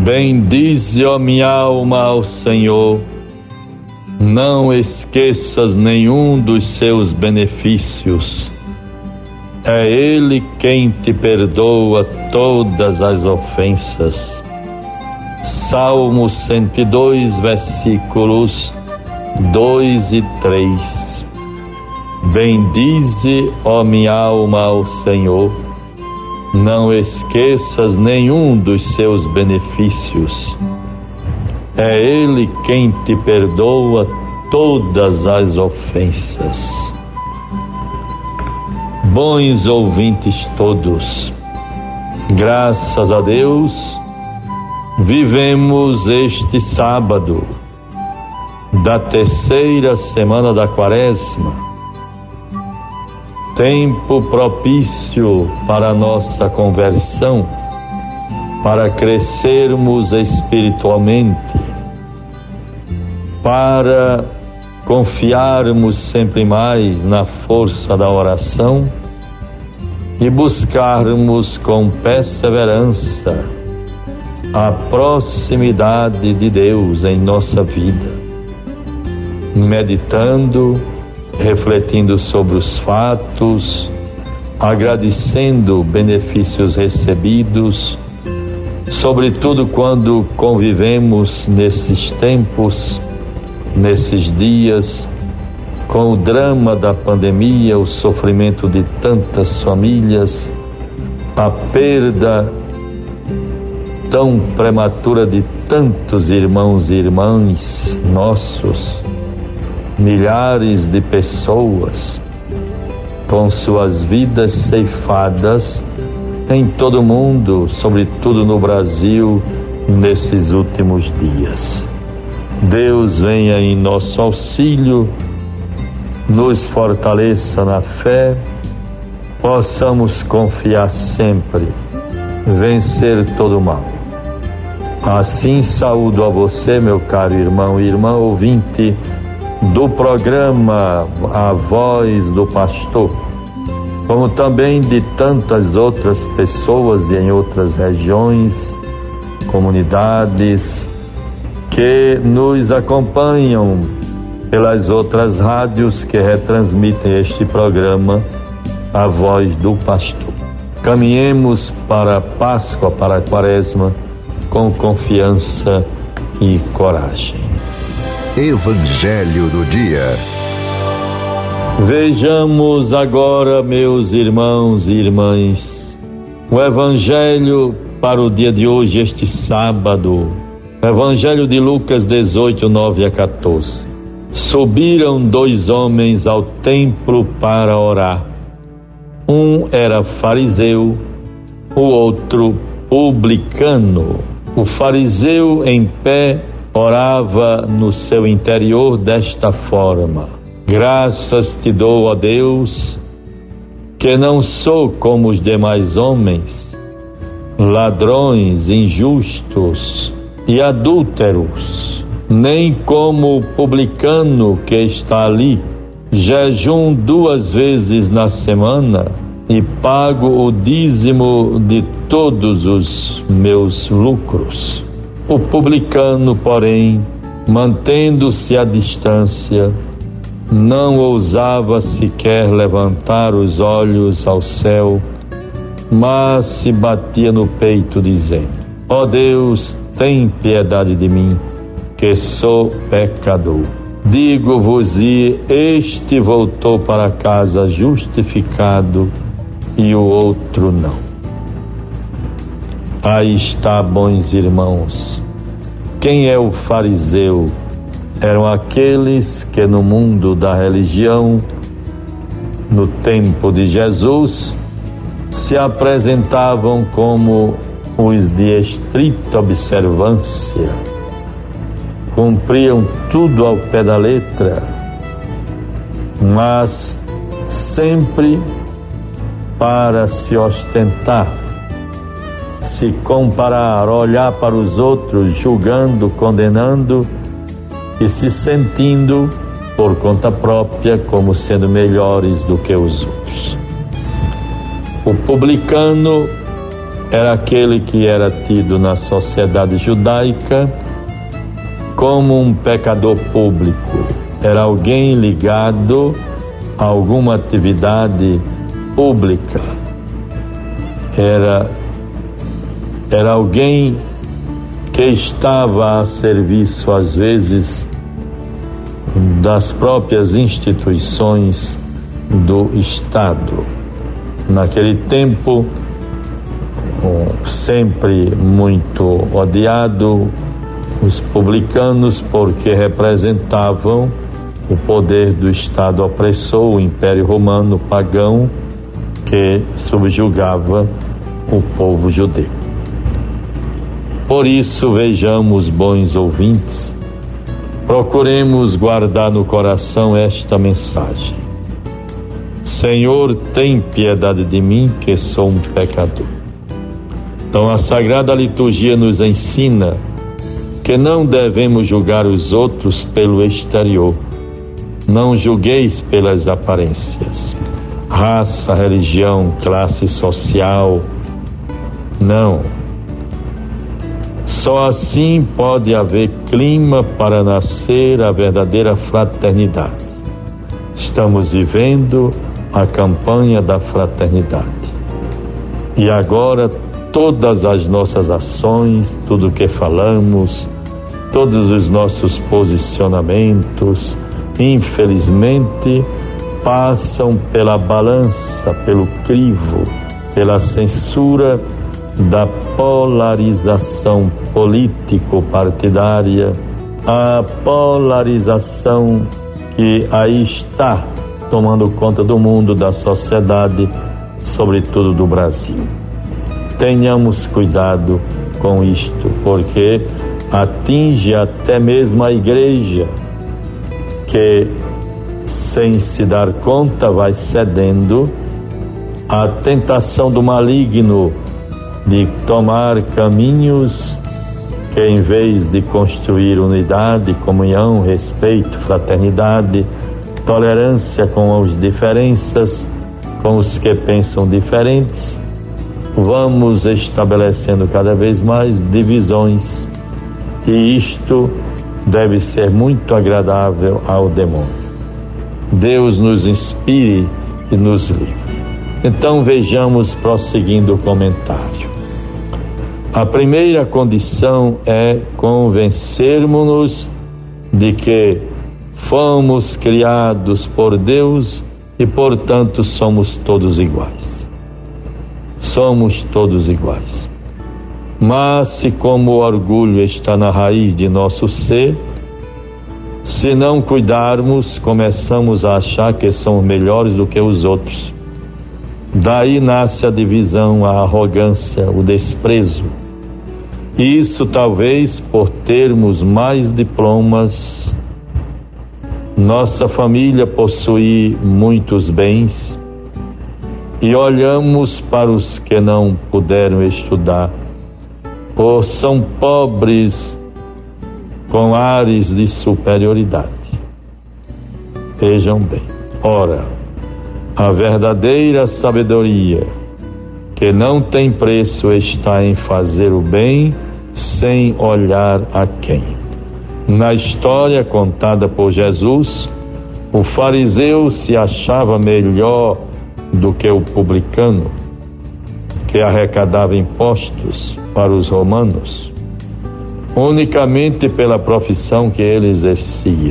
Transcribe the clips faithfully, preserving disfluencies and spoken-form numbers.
Bendize, ó minha alma, ao Senhor. Não esqueças nenhum dos seus benefícios. É Ele quem te perdoa todas as ofensas. Salmo cento e dois, versículos dois e três. Bendize, ó minha alma, ao Senhor. Não esqueças nenhum dos seus benefícios. É Ele quem te perdoa todas as ofensas. Bons ouvintes todos, graças a Deus, vivemos este sábado da terceira semana da Quaresma, tempo propício para a nossa conversão, para crescermos espiritualmente, para confiarmos sempre mais na força da oração e buscarmos com perseverança a proximidade de Deus em nossa vida, meditando, refletindo sobre os fatos, agradecendo benefícios recebidos, sobretudo quando convivemos nesses tempos, nesses dias, com o drama da pandemia, o sofrimento de tantas famílias, a perda tão prematura de tantos irmãos e irmãs nossos, milhares de pessoas com suas vidas ceifadas em todo o mundo, sobretudo no Brasil, nesses últimos dias. Deus venha em nosso auxílio, nos fortaleça na fé, possamos confiar sempre, vencer todo o mal. Assim saúdo a você, meu caro irmão e irmã ouvinte do programa A Voz do Pastor, como também de tantas outras pessoas em outras regiões, comunidades, que nos acompanham pelas outras rádios que retransmitem este programa, A Voz do Pastor. Caminhemos para a Páscoa, para a Quaresma, com confiança e coragem. Evangelho do Dia. Vejamos agora, meus irmãos e irmãs, o Evangelho para o dia de hoje, este sábado. Evangelho de Lucas dezoito, nove a quatorze. Subiram dois homens ao templo para orar. Um era fariseu, o outro publicano. O fariseu em pé orava no seu interior desta forma: graças te dou, ó Deus, que não sou como os demais homens, ladrões, injustos e adúlteros, nem como o publicano que está ali. Jejum duas vezes na semana e pago o dízimo de todos os meus lucros. O publicano, porém, mantendo-se à distância, não ousava sequer levantar os olhos ao céu, mas se batia no peito dizendo: ó Deus, tem piedade de mim, que sou pecador. Digo-vos, e este voltou para casa justificado e o outro não. Aí está, bons irmãos, quem é o fariseu? Eram aqueles que no mundo da religião, no tempo de Jesus, se apresentavam como os de estrita observância, cumpriam tudo ao pé da letra, mas sempre para se ostentar, se comparar, olhar para os outros, julgando, condenando e se sentindo por conta própria como sendo melhores do que os outros. O publicano era aquele que era tido na sociedade judaica como um pecador público. Era alguém ligado a alguma atividade pública. Era, era alguém que estava a serviço, às vezes, das próprias instituições do Estado. Naquele tempo, sempre muito odiado, os publicanos, porque representavam o poder do Estado opressor, o Império Romano pagão, que subjugava o povo judeu. Por isso, vejamos, bons ouvintes, procuremos guardar no coração esta mensagem: Senhor, tem piedade de mim, que sou um pecador. Então, a Sagrada Liturgia nos ensina que não devemos julgar os outros pelo exterior. Não julgueis pelas aparências, raça, religião, classe social. Não. Só assim pode haver clima para nascer a verdadeira fraternidade. Estamos vivendo a campanha da fraternidade. E agora todas as nossas ações, tudo o que falamos, todos os nossos posicionamentos, infelizmente, passam pela balança, pelo crivo, pela censura da polarização político-partidária, a polarização que aí está tomando conta do mundo, da sociedade, sobretudo do Brasil. Tenhamos cuidado com isto, porque atinge até mesmo a igreja, que, sem se dar conta, vai cedendo à tentação do maligno de tomar caminhos que, em vez de construir unidade, comunhão, respeito, fraternidade, tolerância com as diferenças, com os que pensam diferentes, vamos estabelecendo cada vez mais divisões, e isto deve ser muito agradável ao demônio. Deus nos inspire e nos livre. Então vejamos, prosseguindo o comentário. A primeira condição é convencermos-nos de que fomos criados por Deus e, portanto, somos todos iguais. Somos todos iguais. Mas se, como o orgulho está na raiz de nosso ser, se não cuidarmos, começamos a achar que somos melhores do que os outros. Daí nasce a divisão, a arrogância, o desprezo. E isso talvez por termos mais diplomas, nossa família possui muitos bens, e olhamos para os que não puderam estudar, ou são pobres com ares de superioridade. Vejam bem, ora, a verdadeira sabedoria, que não tem preço, está em fazer o bem sem olhar a quem. Na história contada por Jesus, o fariseu se achava melhor do que o publicano, que arrecadava impostos para os romanos, unicamente pela profissão que ele exercia.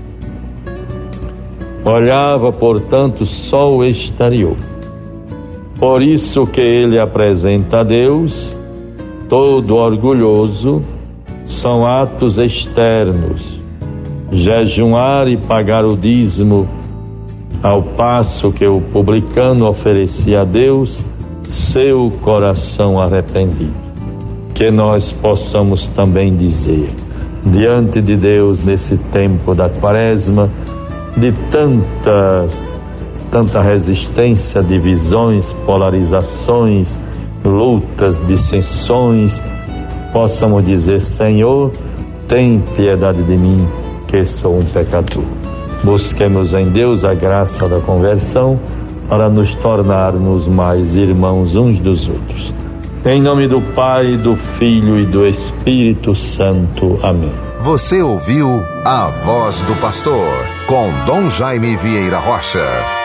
Olhava, portanto, só o exterior. Por isso que ele apresenta a Deus, todo orgulhoso, são atos externos, jejuar e pagar o dízimo, ao passo que o publicano oferecia a Deus seu coração arrependido. Que nós possamos também dizer, diante de Deus, nesse tempo da Quaresma, de tantas, tanta resistência, divisões, polarizações, lutas, dissensões, possamos dizer: Senhor, tem piedade de mim, que sou um pecador. Busquemos em Deus a graça da conversão para nos tornarmos mais irmãos uns dos outros. Em nome do Pai, do Filho e do Espírito Santo. Amém. Você ouviu A Voz do Pastor, com Dom Jaime Vieira Rocha.